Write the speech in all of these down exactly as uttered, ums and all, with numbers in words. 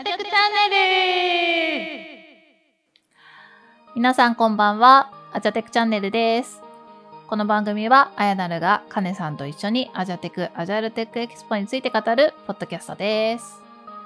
テクチャンネル。皆さんこんばんは。アジャテクチャンネルです。この番組はあやなるがカネさんと一緒にアジャテクアジャイルテックエキスポについて語るポッドキャストです。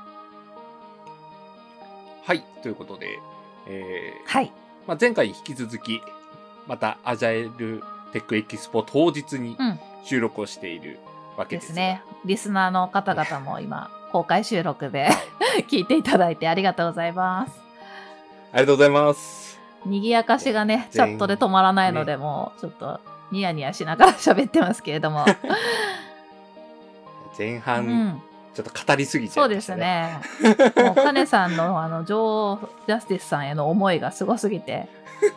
はい、ということで、えーはい。 まあ、前回に引き続きまたアジャイルテックエキスポ当日にうん。 収録をしているわけでですが、 すね。リスナーの方々も今公開収録で聞いていただいてありがとうございます。 ありがとうございます。 賑やかしがね、チャットで止まらないので、 ねもうちょっとニヤニヤしながら喋ってますけれども。う前半、 ん。 ちょっと語りすぎちそうでゃいましたすね。 ね。もうカネさんのあの女王ジャスティスさんへの思いがすごすぎて。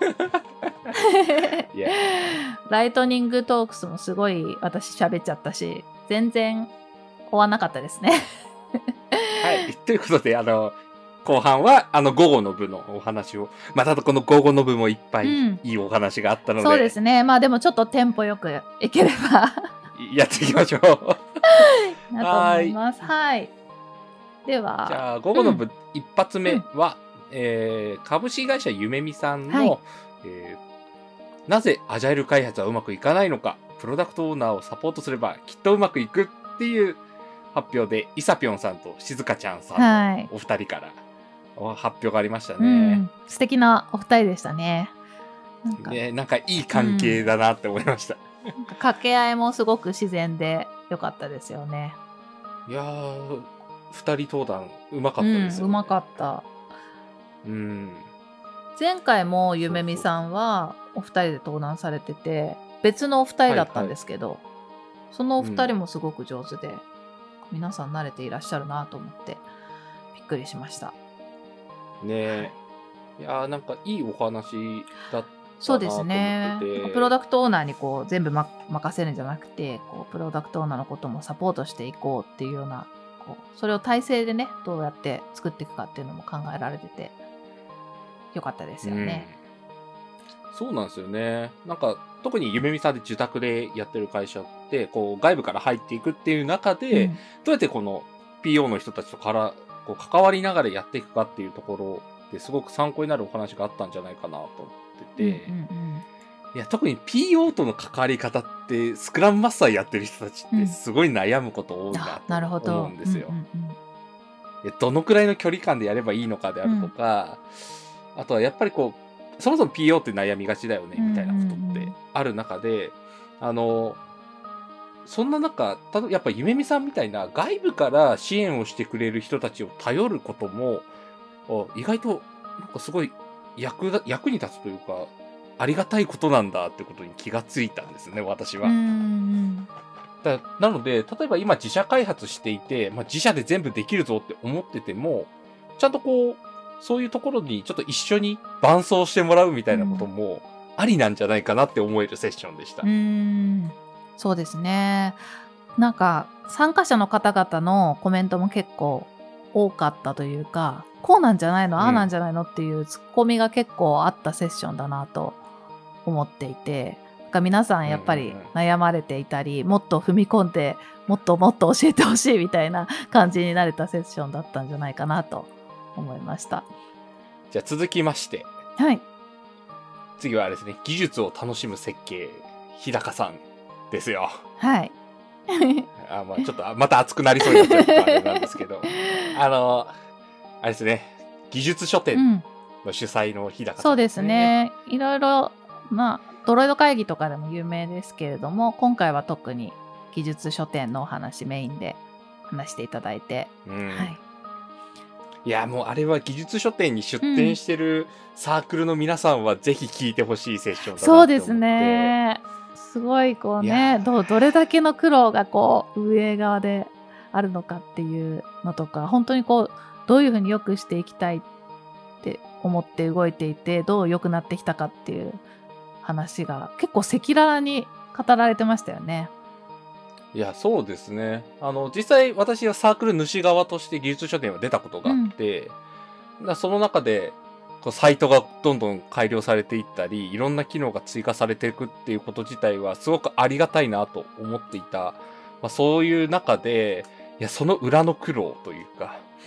いやライトニングトークスもすごい私喋っちゃったし、全然終わんなかったですね。 はい、ということで、あの、後半は、あの、午後の部のお話を、またこの午後の部もいっぱいうんいいお話があったので、 そうですね。まあでもちょっとテンポよくいければやっていきましょう。 なと思います。はい。では、 じゃあ、午後の部、 うん一発目は、えー株式会社ゆめみさんの、 はいえーなぜアジャイル開発はうまくいかないのか、プロダクトオーナーをサポートすればきっとうまくいくっていう発表で、いさぴょんさんとしずかちゃんさんのはい。 お二人からお発表がありましたうね。 ん、素敵なお二人でしたね。なんか、 ね、なんかいい関係だなって思いました。 なんか掛け合いもすごく自然で良かったですよね。 いやー、二人登壇うまかうん、 ったですよ、ね。 うまかった。 うん。 前回もゆめみさんはお二人で登壇されてて、別のお二人だったんですけど、そのお二人もすごく上手で、皆さん慣れていらっしゃるなと思ってびっくりしました。 ねえ。いやー、なんかいいお話だったそうですなと思ねってて。 プロダクトオーナーにこう全部、ま、任せるんじゃなくて、こうプロダクトオーナーのこともサポートしていこうっていうような、こうそれを体制でね、どうやって作っていくかっていうのも考えられててよかったですよね。 うん、そうなんですよね。なんか特にゆめみさんで自宅でやってる会社ってこう外部から入っていくっていう中で、 うんどうやってこの ピーオー の人たちとからこう関わりながらやっていくかっていうところですごく参考になるお話があったんじゃないかなと思ってて、 うんうんうんいや特に ピーオー との関わり方ってスクラムマスターやってる人たちってすごい悩むこと多いあ、なるほなと思ど。 うんですよ。 うんうんうんいやどのくらいの距離感でやればいいのかであるとか、あとはやっぱりこうそもそも ピーオー って悩みがちだよねみたいなことってある中で、あのそんな中ただやっぱゆめみさんみたいな外部から支援をしてくれる人たちを頼ることも意外となんかすごい役だ役に立つというかありがたいことなんだってことに気がついたんですね、私は。 うんうんだなので、例えば今自社開発していて、まあ、自社で全部できるぞって思ってても、ちゃんとこう、そういうところにちょっと一緒に伴走してもらうみたいなこともありなんじゃないかなって思えるセッションでした。 うーん、そうですね。なんか参加者の方々のコメントも結構多かったというか、こうなんじゃないの、 うんああなんじゃないのっていうツッコミが結構あったセッションだなと思っていて、なんか皆さんやっぱり悩まれていたり、もっと踏み込んでもっともっと教えてほしいみたいな感じになれたセッションだったんじゃないかなと思いました。 じゃあ続きまして、 はい。 次はあれですね、技術を楽しむ設計、日高さんですよ。 はい。 あまあ、ちょっとまた熱くなりそうになっちゃうとあれなんですけど、あの、あれですね、技術書う店ん、 の主催の日高さん、 そうですね。いろいろ、まあ、ドロイド会議とかでも有名ですけれども、今回は特に技術書店のお話メインで話していただいて、 うんはい。 いや、もうあれは技術書店に出店してるサークルの皆さんはぜひ聞いてほしいセッションだなって思って。 そうですね。すごいこういやね、どどれだけの苦労がこう運営側であるのかっていうのとか、本当にこうどういうふうに良くしていきたいって思って動いていて、どう良くなってきたかっていう話が結構赤裸々に語られてましたよね。 いや、そうですね。あの、実際私はサークル主側として技術書店は出たことがあって、だその中で、こうサイトがどんどん改良されていったり、いろんな機能が追加されていくっていうこと自体はすごくありがたいなと思っていた。まあ、そういう中で、いや、その裏の苦労というか、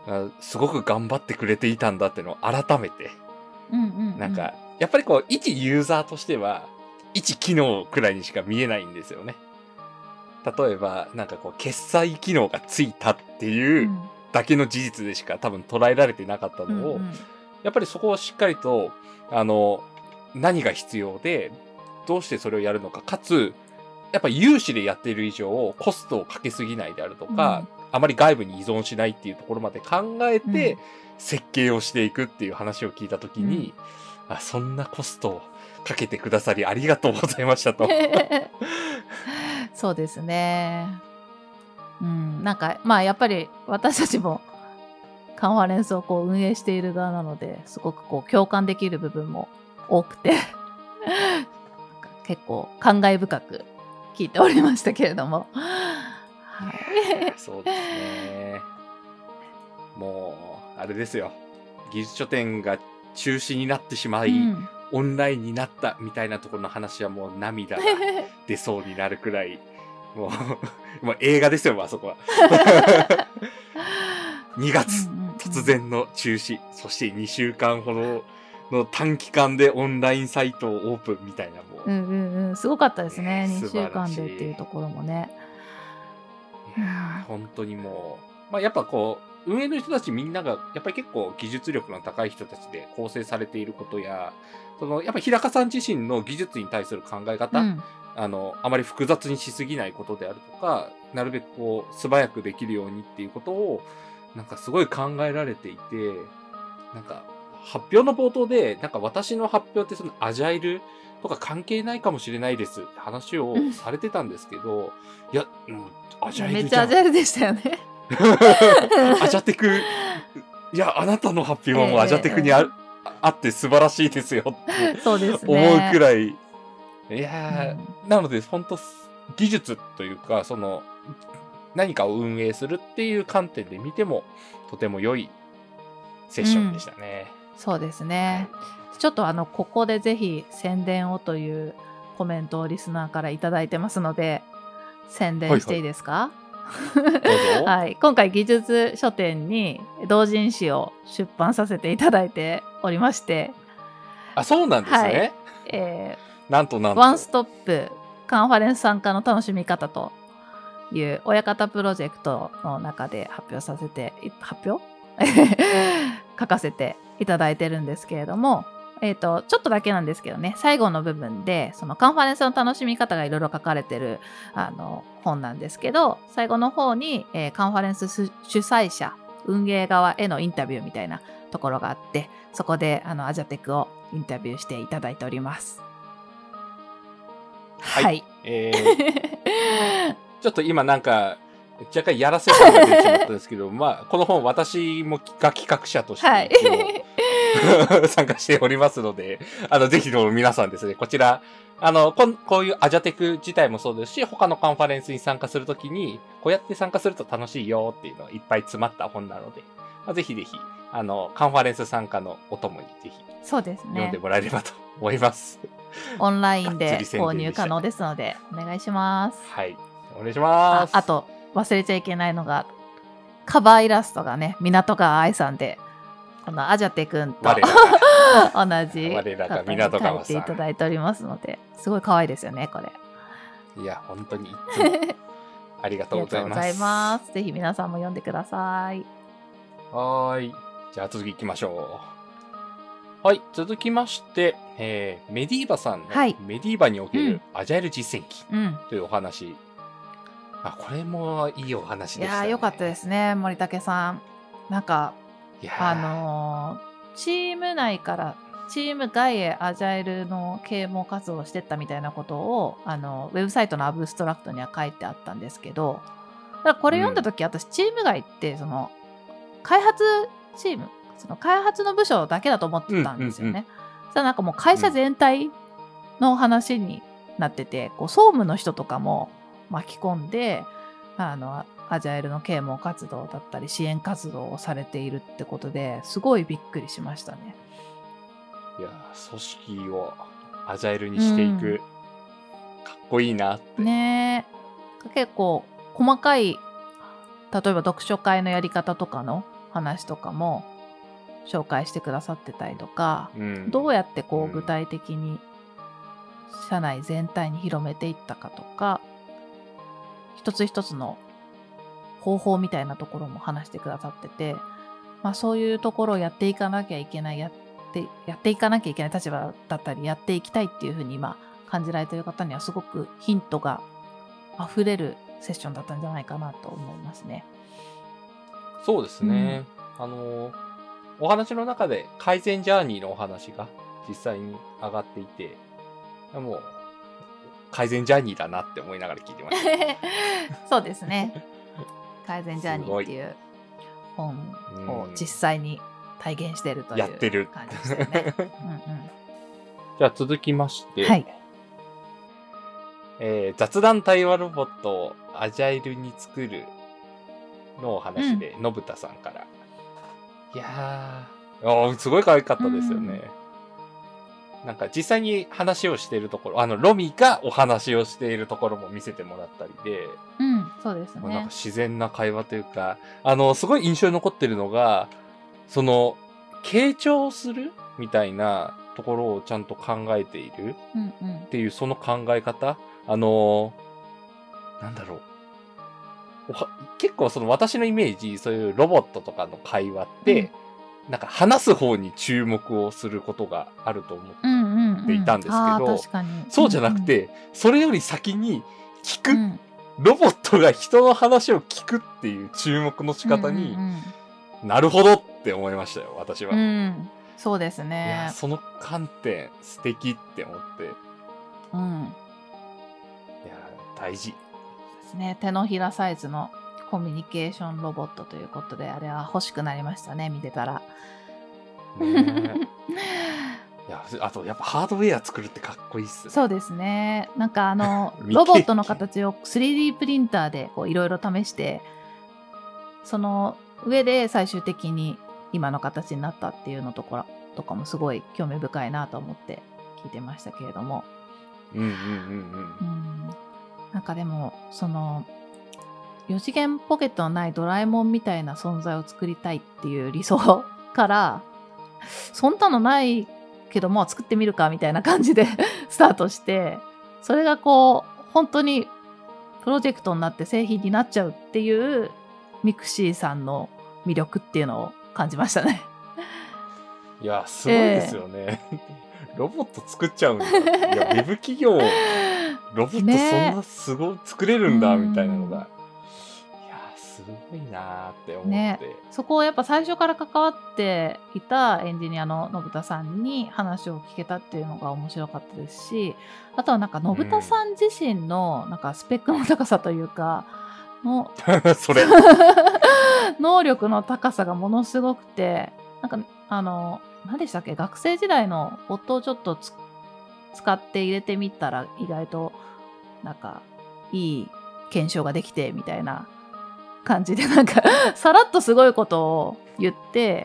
あすごく頑張ってくれていたんだってのを改めて、 うんうんうん、 なんか、やっぱりこう、一ユーザーとしては、一機能くらいにしか見えないんですよね。例えば、なんかこう、決済機能がついたっていうだけの事実でしか多分捉えられてなかったのを、 うんうん、 やっぱりそこをしっかりと、あの、何が必要で、どうしてそれをやるのか、かつ、やっぱ有志でやっている以上、コストをかけすぎないであるとか、うんあまり外部に依存しないっていうところまで考えて、うん、設計をしていくっていう話を聞いたときに、うん、あ、そんなコストをかけてくださりありがとうございましたと。 そうですね。うん、なんか、まあやっぱり私たちもカンファレンスをこう運営している側なので、すごくこう共感できる部分も多くて、結構感慨深く聞いておりましたけれども。 はい、そうですね。もう、あれですよ。技術書店が中止になってしまい、うん、オンラインになったみたいなところの話はもう涙が出そうになるくらい、もう、もう映画ですよ、あそこは。にがつ、突然の中止、そしてにしゅうかんほどの短期間でオンラインサイトをオープンみたいな、もう。 うんうんうん、すごかったですね。にしゅうかんでっていうところもね。 いや本当にもう、まあ、やっぱこう、運営の人たちみんなが、やっぱり結構技術力の高い人たちで構成されていることや、その、やっぱ日高さん自身の技術に対する考え方、うん、あの、あまり複雑にしすぎないことであるとか、なるべくこう、素早くできるようにっていうことを、なんかすごい考えられていて、なんか、発表の冒頭で、なんか私の発表ってそのアジャイルとか関係ないかもしれないですって話をされてたんですけど、いや、もうアジャイルじゃん。 めっちゃアジャイルでしたよね。 アジャテク、いや、あなたの発表はもうアジャテクに あ,、えー、あって素晴らしいですよってそうです、 ね、思うくらい。いやー、うん、なので本当技術というか、その、何かを運営するっていう観点で見ても、とても良いセッションでしたね。 うん、そうですね。ちょっとあの、ここでぜひ宣伝をというコメントをリスナーからいただいてますので、宣伝していいですか？ はいはい、どうぞ。 はい。今回技術書店に同人誌を出版させていただいておりまして。 あ、そうなんですね。はい、 えー、 なんとなんと。 ワンストップカンファレンス参加の楽しみ方という親方プロジェクトの中で発表させて、発表書かせていただいてるんですけれども、えっと、ちょっとだけなんですけどね、最後の部分で、そのカンファレンスの楽しみ方がいろいろ書かれてる、あの、本なんですけど、最後の方に、えー、カンファレンス主催者、運営側へのインタビューみたいなところがあって、そこで、あの、アジャテクをインタビューしていただいております。 はい。はい、えー、ちょっと今なんか、若干やらせ感が出てしまったんですけど、まあ、この本私もが企画者として、はい、参加しておりますので、あの、ぜひとも皆さんですね、こちら、あの、ここういうアジャテク自体もそうですし、他のカンファレンスに参加するときに、こうやって参加すると楽しいよっていうのがいっぱい詰まった本なので、まあ、ぜひぜひ、あの、カンファレンス参加のお供にぜひ、 そうですね。 読んでもらえればと思います。 オンラインで購入可能ですので、お願いします。 はい。お願いします。 あ、あと、忘れちゃいけないのが、カバーイラストがね、港川愛さんで、このアジャテ君と同じ我らが港川さん書いていただいておりますので、すごい可愛いですよね、これ。 いや、本当にいつもありがとうございます。ありがとうございます。 ぜひ皆さんも読んでください。 はーい。じゃあ続きいきましょう。はい、続きまして、えー、メディーバさんの、はい、メディーバにおけるアジャイル実践記というお話。うんあ、これもいいお話でしたね。 いやー、よかったですね、森武さん。なんか、あのー、チーム内からチーム外へアジャイルの啓蒙活動をしてったみたいなことを、あの、ウェブサイトのアブストラクトには書いてあったんですけど、だからこれ読んだ時、うん、私、チーム外って、その、開発チーム、その開発の部署だけだと思ってたんですよね。うんうんうん、そしたらなんかもう会社全体の話になってて、こう総務の人とかも巻き込んで、あの、アジャイルの啓蒙活動だったり支援活動をされているってことですごいびっくりしましたね。 いや、組織をアジャイルにしていく、うん、かっこいいなって。 ねえ。結構細かい、例えば読書会のやり方とかの話とかも紹介してくださってたりとか、 うん、 どうやってこううん具体的に社内全体に広めていったかとか、一つ一つの方法みたいなところも話してくださってて、まあ、そういうところをやっていかなきゃいけない、やってやっていかなきゃいけない立場だったり、やっていきたいっていうふうに今感じられている方にはすごくヒントが溢れるセッションだったんじゃないかなと思いますね。 そうですね。うん、あのお話の中で改善ジャーニーのお話が実際に上がっていて、もう改善ジャーニーだなって思いながら聞いてました。 そうですね。改善ジャーニーっていう本を実際に体現しているというやってる感じですよね。うんうん、 じゃあ続きまして、 はい、 えー、雑談対話ロボットをアジャイルに作るのお話で、のぶたさんから。いやー、すごい可愛かったですよね。うん、なんか実際に話をしているところ、あの、ロミがお話をしているところも見せてもらったりで、 うん、そうですね。 なんか自然な会話というか、あの、すごい印象に残ってるのが、その、傾聴するみたいなところをちゃんと考えているっていう、その考え方、あの、なんだろう。結構その私のイメージ、そういうロボットとかの会話って、うん、なんか話す方に注目をすることがあると思っていたんですけど、そうじゃなくて、うんうん、それより先に聞く、うん、ロボットが人の話を聞くっていう注目の仕方に、うんうんうん、なるほどって思いましたよ、私は。 うん、そうですね。 いや、その観点素敵って思って。 うん。 いや、大事。 ですね、手のひらサイズのコミュニケーションロボットということで、あれは欲しくなりましたね、見てたら。 ねいや、あとやっぱハードウェア作るってかっこいいっすね。 そうですね。なんかあのロボットの形を スリーディー プリンターでいろいろ試して、その上で最終的に今の形になったっていうのところとかもすごい興味深いなと思って聞いてましたけれども。 うんうんうんうん。うんなんかでもそのよ次元ポケットのないドラえもんみたいな存在を作りたいっていう理想からそんなのないけどもう作ってみるかみたいな感じでスタートして、それがこう本当にプロジェクトになって製品になっちゃうっていうミクシーさんの魅力っていうのを感じましたね。 いやすごいですよね、えー、ロボット作っちゃうんだ。いやウェブ企業ロボットそんなすごい作れるんだみたいなのが、いやすごいなって思って、ね、 そこをやっぱ最初から関わっていたエンジニアの信田さんに話を聞けたっていうのが面白かったですし、あとはなんか信田さん自身のなんかスペックの高さというかのそれ能力の高さがものすごくて、なんかあの何でしたっけ、学生時代の夫をちょっと使って入れてみたら意外となんかいい検証ができてみたいな感じで、なんかさらっとすごいことを言って、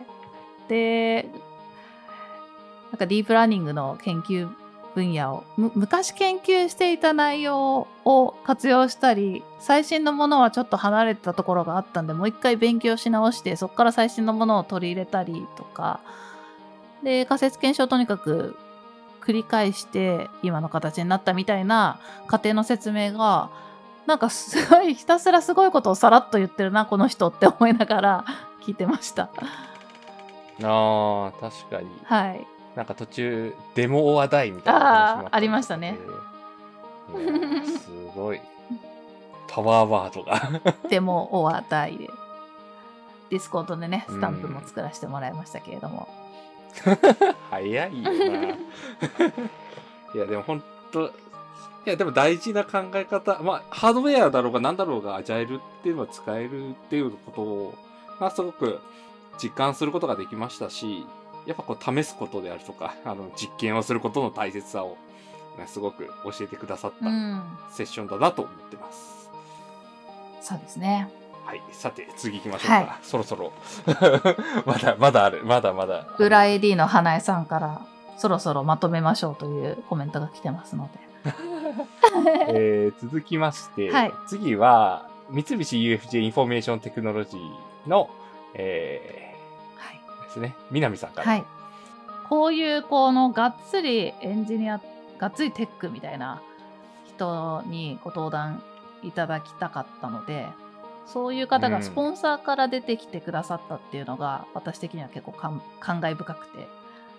でなんかディープラーニングの研究分野を昔研究していた内容を活用したり、最新のものはちょっと離れたところがあったんでもう一回勉強し直してそこから最新のものを取り入れたりとかで、仮説検証をとにかく繰り返して今の形になったみたいな過程の説明がなんかすごいひたすらすごいことをさらっと言ってるなこの人って思いながら聞いてました。 あー確かに、 はい、 なんか途中デモ話題みたいな話も あ, あ, ありましたね。 いやすごいパワーワードがデモ話題でディスコードでねスタンプも作らせてもらいましたけれども早いよないやでも本当いやでも大事な考え方、まあハードウェアだろうが何だろうがアジャイルっていうのは使えるっていうことを、まあ、すごく実感することができましたし、やっぱこう試すことであるとかあの実験をすることの大切さを、ね、すごく教えてくださったセッションだなと思ってます、 うん、そうですね。 はい、さて次行きましょうか、はい、そろそろまだまだあるまだまだ裏 エーディー の花江さんからそろそろまとめましょうというコメントが来てますのでえー、続きまして、 はい、 次は三菱 ユーエフジェー インフォメーションテクノロジーの、 えはい。 ー、ですね。南さんから。 はい。こういうこのがっつりエンジニア、がっつりテックみたいな人にご登壇いただきたかったので、そういう方がスポンサーから出てきてくださったっていうのが、私的には結構感慨深くて。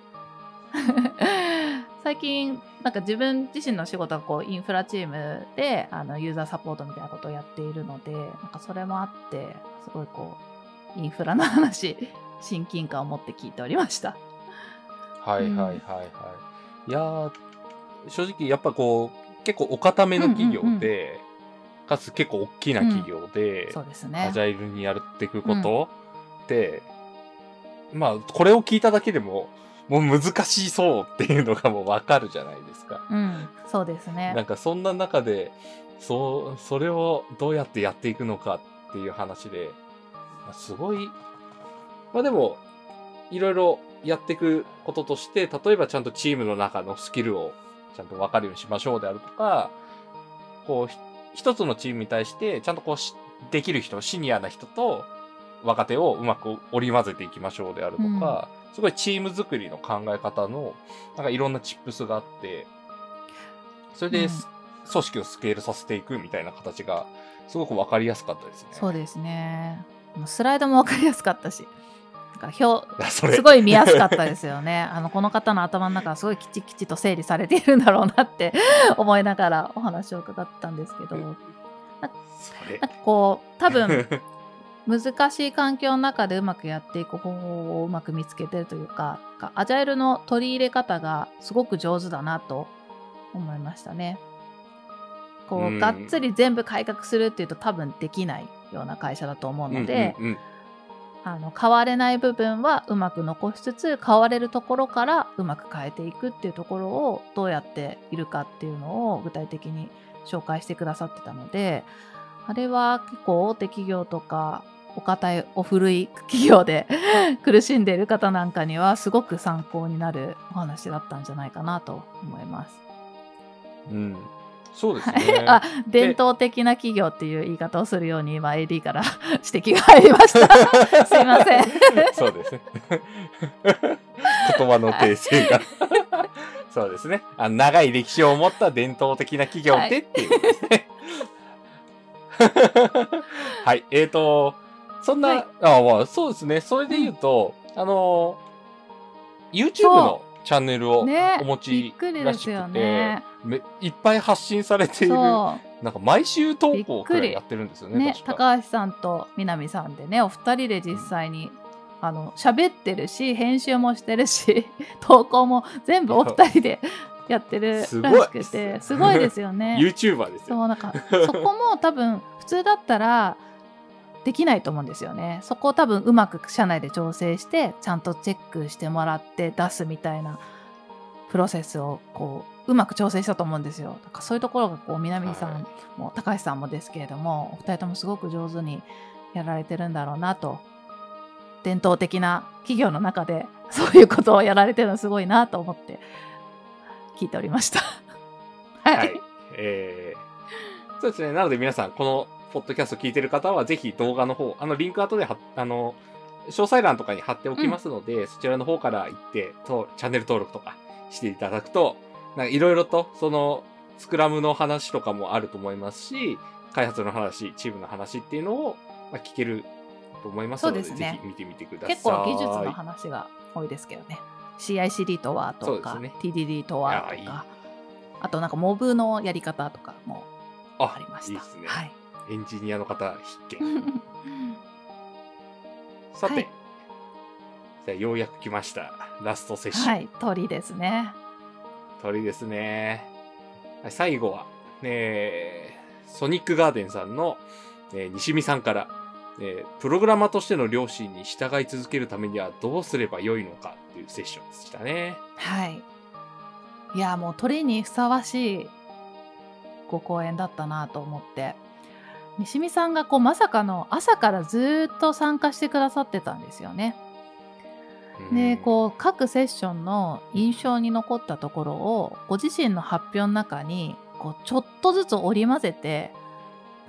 最近なんか自分自身の仕事がこうインフラチームであのユーザーサポートみたいなことをやっているので、なんかそれもあってすごいこうインフラの話親近感を持って聞いておりました。 はいはいはいはい。うん、いやー正直やっぱこう結構お堅めの企業で、うんうんうん、かつ結構大きな企業で、うん、 そうですね、 アジャイルにやっていくことって、うん、まあこれを聞いただけでももう難しそうっていうのがもうわかるじゃないですか。 うん、そうですね。 なんかそんな中で、そう、それをどうやってやっていくのかっていう話で、まあ、すごい、まあでも、いろいろやっていくこととして、例えばちゃんとチームの中のスキルをちゃんと分かるようにしましょうであるとか、こう、一つのチームに対して、ちゃんとこうし、できる人、シニアな人と若手をうまく織り交ぜていきましょうであるとか、うん、すごいチーム作りの考え方の、なんかいろんなチップスがあって、それで、うん、組織をスケールさせていくみたいな形が、すごくわかりやすかったですね。 そうですね。スライドもわかりやすかったし、なんか表、すごい見やすかったですよね。あの、この方の頭の中はすごいきちきちと整理されているんだろうなって思いながらお話を伺ったんですけど、なんかこう、多分、難しい環境の中でうまくやっていく方法をうまく見つけてるというか、アジャイルの取り入れ方がすごく上手だなと思いましたね。こう、うん、がっつり全部改革するっていうと多分できないような会社だと思うので、うんうんうん、あの変われない部分はうまく残しつつ、変われるところからうまく変えていくっていうところをどうやっているかっていうのを具体的に紹介してくださってたので、あれは結構大手企業とかお堅いお古い企業で苦しんでいる方なんかにはすごく参考になるお話だったんじゃないかなと思います。 うん、そうですね。 あ、伝統的な企業っていう言い方をするように今 エーディー から指摘が入りました。すいません。 そうですね。言葉の訂正が。そうですね。あの長い歴史を持った伝統的な企業ってっていうことですね。はい。えーと、そんな、はい、あまあ、そうですね。それで言うと、うん、あの、YouTube のチャンネルをお持ちらしくて、ねね、いっぱい発信されている、なんか毎週投稿くらいやってるんですよね。 ね、高橋さんと南さんでね、お二人で実際に、うん、あの喋ってるし、編集もしてるし、投稿も全部お二人でやってるらしくて、すごいですよね。 YouTuber ですよ。 そう、なんかそこも多分普通だったらできないと思うんですよね。そこを多分うまく社内で調整してちゃんとチェックしてもらって出すみたいなプロセスをこううまく調整したと思うんですよ。だからそういうところがこう南さんも、はい、高橋さんもですけれども、お二人ともすごく上手にやられてるんだろうなと。伝統的な企業の中でそういうことをやられてるのすごいなと思って聞いておりました。 はい、はい、えー、そうですね。なので皆さんこのポッドキャスト聞いてる方はぜひ動画の方、あのリンク後ではあの詳細欄とかに貼っておきますので、うん、そちらの方から行ってとチャンネル登録とかしていただくと、いろいろとそのスクラムの話とかもあると思いますし、開発の話、チームの話っていうのを聞けると思いますので、そうですね、ぜひ見てみてください。 結構技術の話が多いですけどね。シーアイシーディー とはとか、ね、ティーディーディー とはとか、いいあとなんかモブのやり方とかもありました。 いいですね。 はい、 エンジニアの方必見。さて、はい、じゃあようやく来ました。ラストセッション。 はい、鳥ですね。 鳥ですね。最後は、ね、ソニックガーデンさんの、えー、西見さんから、えー、プログラマーとしての良心に従い続けるためにはどうすればよいのかっていうセッションでしたね。 はい。いや、もう鳥にふさわしいご講演だったなと思って。西見さんがこうまさかの朝からずっと参加してくださってたんですよね。で、こう各セッションの印象に残ったところをご自身の発表の中にこうちょっとずつ織り交ぜて、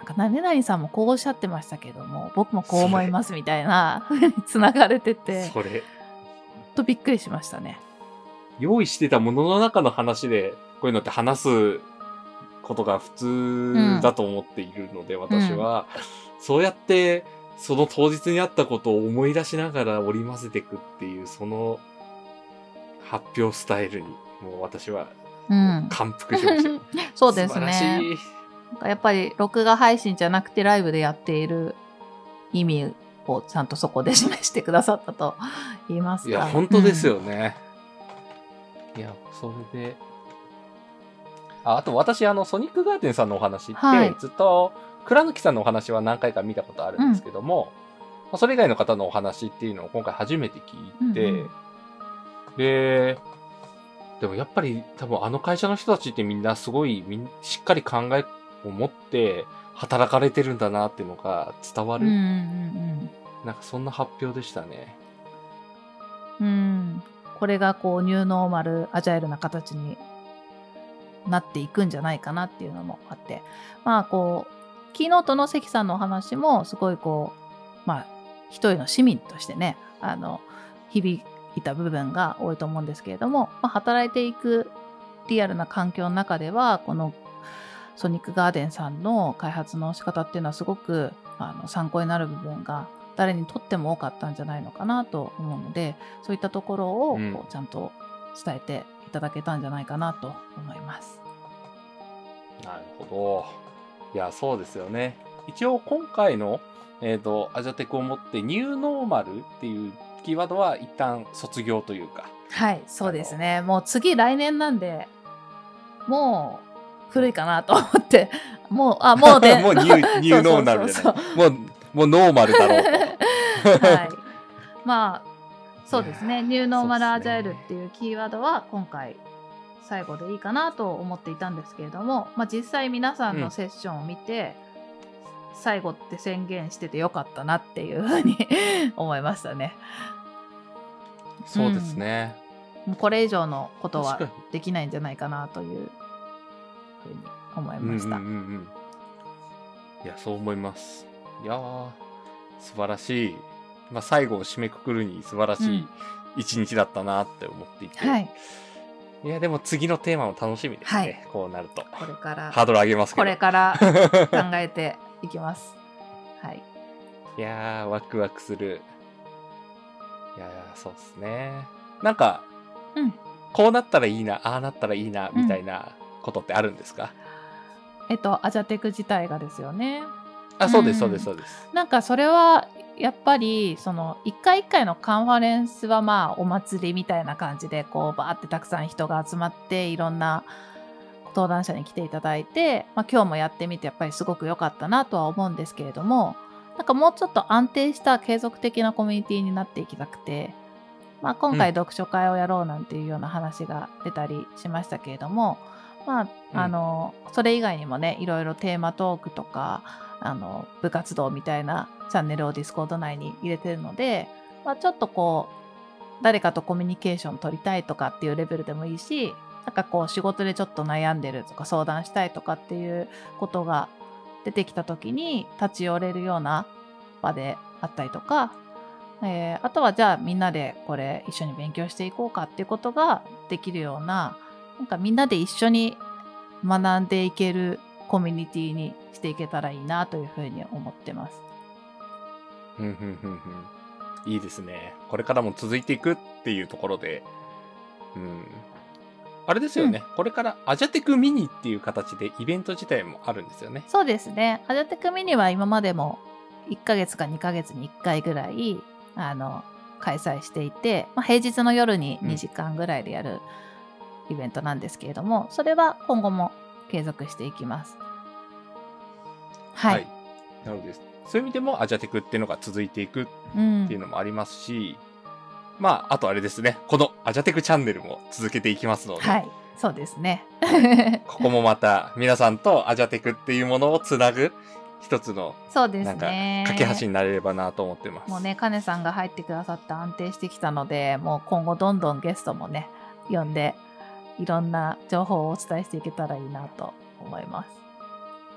なんか何々さんもこうおっしゃってましたけども、僕もこう思いますみたいな風につながれてて、 それ。 ほんとびっくりしましたね。 用意してたものの中の話で、こういうのって話すことが普通だと思っているので、私は、そうやって、その当日にあったことを思い出しながら織り交ぜていくっていう、その発表スタイルに、もう私はうん。 感服しましたよ。 そうです素晴らしね。 い。 なんかやっぱり録画配信じゃなくてライブでやっている意味をちゃんとそこで示してくださったと言いますか。 いや、本当ですよね。いや、それで、あ、あと私、あの、ソニックガーデンさんのお話って、 はいずっと、倉貫さんのお話は何回か見たことあるんですけども、まあそれ以外の方のお話っていうのを今回初めて聞いて、 うんうんで、でもやっぱり多分あの会社の人たちってみんなすごいみんしっかり考えを持って働かれてるんだなっていうのが伝わる。 うんうんなんかそんな発表でしたね。 うんうん。うんこれがこうニューノーマルアジャイルな形になっていくんじゃないかなっていうのもあって、まあこうキーノートの関さんのお話もすごいこうまあ一人の市民としてね、あの響いた部分が多いと思うんですけれども、まあ、働いていくリアルな環境の中ではこのソニックガーデンさんの開発の仕方っていうのはすごくあの参考になる部分が誰にとっても多かったんじゃないのかなと思うので、そういったところをうんこうちゃんと伝えていただけたんじゃないかなと思います。 なるほど。いや、そうですよね。一応今回の、えっ、と、アジャテクをもってニューノーマルっていうキーワードは一旦卒業というか。 はい、そうですね。もう次来年なんで、もう古いかなと思って、もう、あ、もうで、 もうニュー、ニューノーマルじゃない。もう、もうノーマルだろうと。 はい。まあ、そうですね。ニューノーマルアジャイルそうですねっていうキーワードは今回最後でいいかなと思っていたんですけれども、まあ実際皆さんのセッションを見て、うん、最後って宣言しててよかったなっていうふうに思いましたね。 そうですね。 うん、もうこれ以上のことは確かできないんじゃないかなというふうに思いました。 うんうんうんうん。いや、そう思います。いやー、素晴らしい。まあ、最後を締めくくるに素晴らしい一日だったなって思っていて。 はい。 いや、でも次のテーマも楽しみですね。はい、こうなると。 これから。 ハードル上げますけど。 これから考えていきます。はい。 いやー、ワクワクする。いやー、そうですね。なんか、 うん、 こうなったらいいな、ああなったらいいな、みたいなことってあるんですか？ うん、えっと、アジャテク自体がですよね。 あ、そうです、そうです、そうです。 なんかそれは、やっぱり、その、一回一回のカンファレンスはまあ、お祭りみたいな感じで、こう、バーってたくさん人が集まって、いろんな登壇者に来ていただいて、まあ今日もやってみて、やっぱりすごく良かったなとは思うんですけれども、なんかもうちょっと安定した継続的なコミュニティになっていきたくて、まあ今回読書会をやろうなんていうような話が出たりしましたけれども、まあ、あの、うん、それ以外にもね、いろいろテーマトークとか、あの、部活動みたいなチャンネルをディスコード内に入れてるので、まあちょっとこう、誰かとコミュニケーション取りたいとかっていうレベルでもいいし、なんかこう仕事でちょっと悩んでるとか相談したいとかっていうことが出てきた時に立ち寄れるような場であったりとか、えー、あとはじゃあみんなでこれ一緒に勉強していこうかっていうことができるような、なんかみんなで一緒に学んでいけるコミュニティにしていけたらいいなというふうに思ってます。 うんうんうんうん。いいですね。これからも続いていくっていうところで、うん。あれですよね、うん、これからアジャテクミニっていう形でイベント自体もあるんですよね。 そうですね。アジャテクミニは今までもいっかげつかにかげつにいっかいぐらいあの開催していて、まあ、平日の夜ににじかんぐらいでやるイベントなんですけれども、うん、それは今後も継続していきます。はい。はい、 なのでそういう意味でもアジャテクっていうのが続いていくっていうのもありますし、うん、まああとあれですね、このアジャテクチャンネルも続けていきますので、 はい、そうですね。 ここもまた皆さんとアジャテクっていうものをつなぐ一つのそうですなんかね。 架け橋になれればなと思ってます。 もうね、カネさんが入ってくださって安定してきたので、もう今後どんどんゲストもね呼んでいろんな情報をお伝えしていけたらいいなと思います。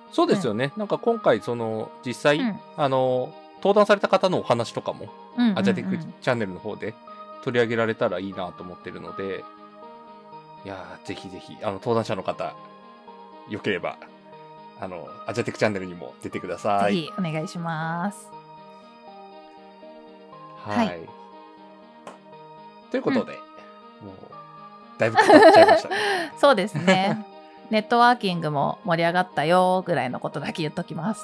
そうですよね。なんか今回、その、実際、 うんあの、登壇された方のお話とかも、 うんうんうんアジャテックチャンネルの方で取り上げられたらいいなと思ってるので、いやー、ぜひぜひ、あの、登壇者の方、よければ、あの、アジャテックチャンネルにも出てください。 ぜひお願いします。 はい。 はいということで、もう、だいぶ語っちゃいましたね。 そうですね。ネットワーキングも盛り上がったよぐらいのことだけ言っときます。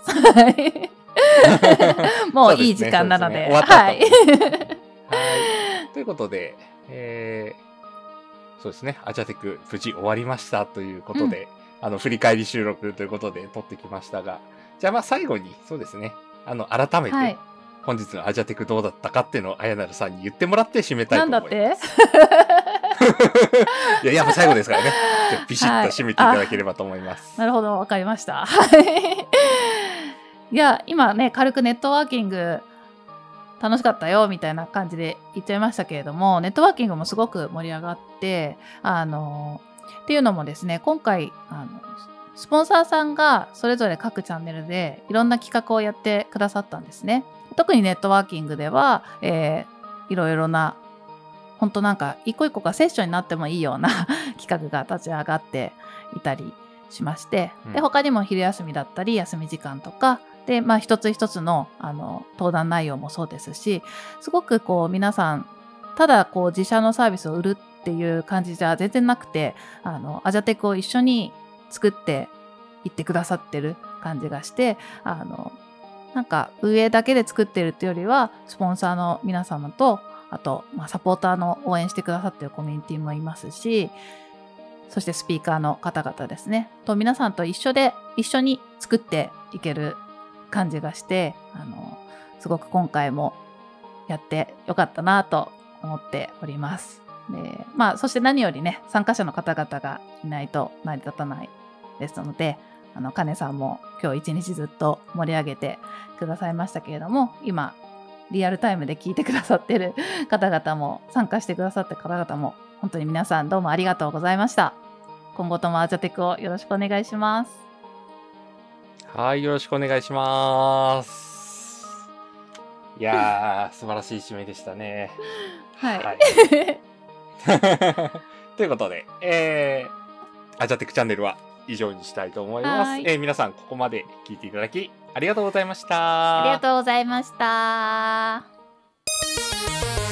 もういい時間なので。 そうですね終わった後はい。 はい。ということで、えー、そうですね、アジャテック無事終わりましたということで、あの、振り返り収録ということで撮ってきましたが、じゃあまあ最後に、そうですね、あの、改めて、 はい本日のアジャテクどうだったかっていうのをあやなるさんに言ってもらって締めたいとなんだっ思います。 ていや、やっぱ最後ですからね。じゃあビシッと締めていただければと思います。 なるほど、わかりました。はいいや、今ね、軽くネットワーキング楽しかったよみたいな感じで言っちゃいましたけれども、ネットワーキングもすごく盛り上がって、あの、っていうのもですね、今回、あの、スポンサーさんがそれぞれ各チャンネルでいろんな企画をやってくださったんですね。特にネットワーキングでは、えー、いろいろな、本当なんか一個一個がセッションになってもいいような企画が立ち上がっていたりしまして、 うんで他にも昼休みだったり休み時間とかで、まあ、一つ一つのあの登壇内容もそうですし、すごくこう皆さんただこう自社のサービスを売るっていう感じじゃ全然なくて、あのアジャテクを一緒に作っていってくださってる感じがして、あのなんか運営だけで作ってるっていうよりはスポンサーの皆様と、あと、まあ、サポーターの応援してくださってるコミュニティもいますし、そしてスピーカーの方々ですねと皆さんと一緒で一緒に作っていける感じがして、あのすごく今回もやってよかったなと思っております。で、まあ、そして何よりね、参加者の方々がいないと成り立たないですので、あの、カネさんも今日一日ずっと盛り上げてくださいましたけれども、今、リアルタイムで聞いてくださってる方々も、参加してくださった方々も、本当に皆さんどうもありがとうございました。今後ともアジャテクをよろしくお願いします。 はい、よろしくお願いします。いやー、素晴らしい締めでしたね。 はい。 はいということで、えー、アジャテクチャンネルは以上にしたいと思います。 はいえー皆さんここまで聞いていただきありがとうございました。 ありがとうございました。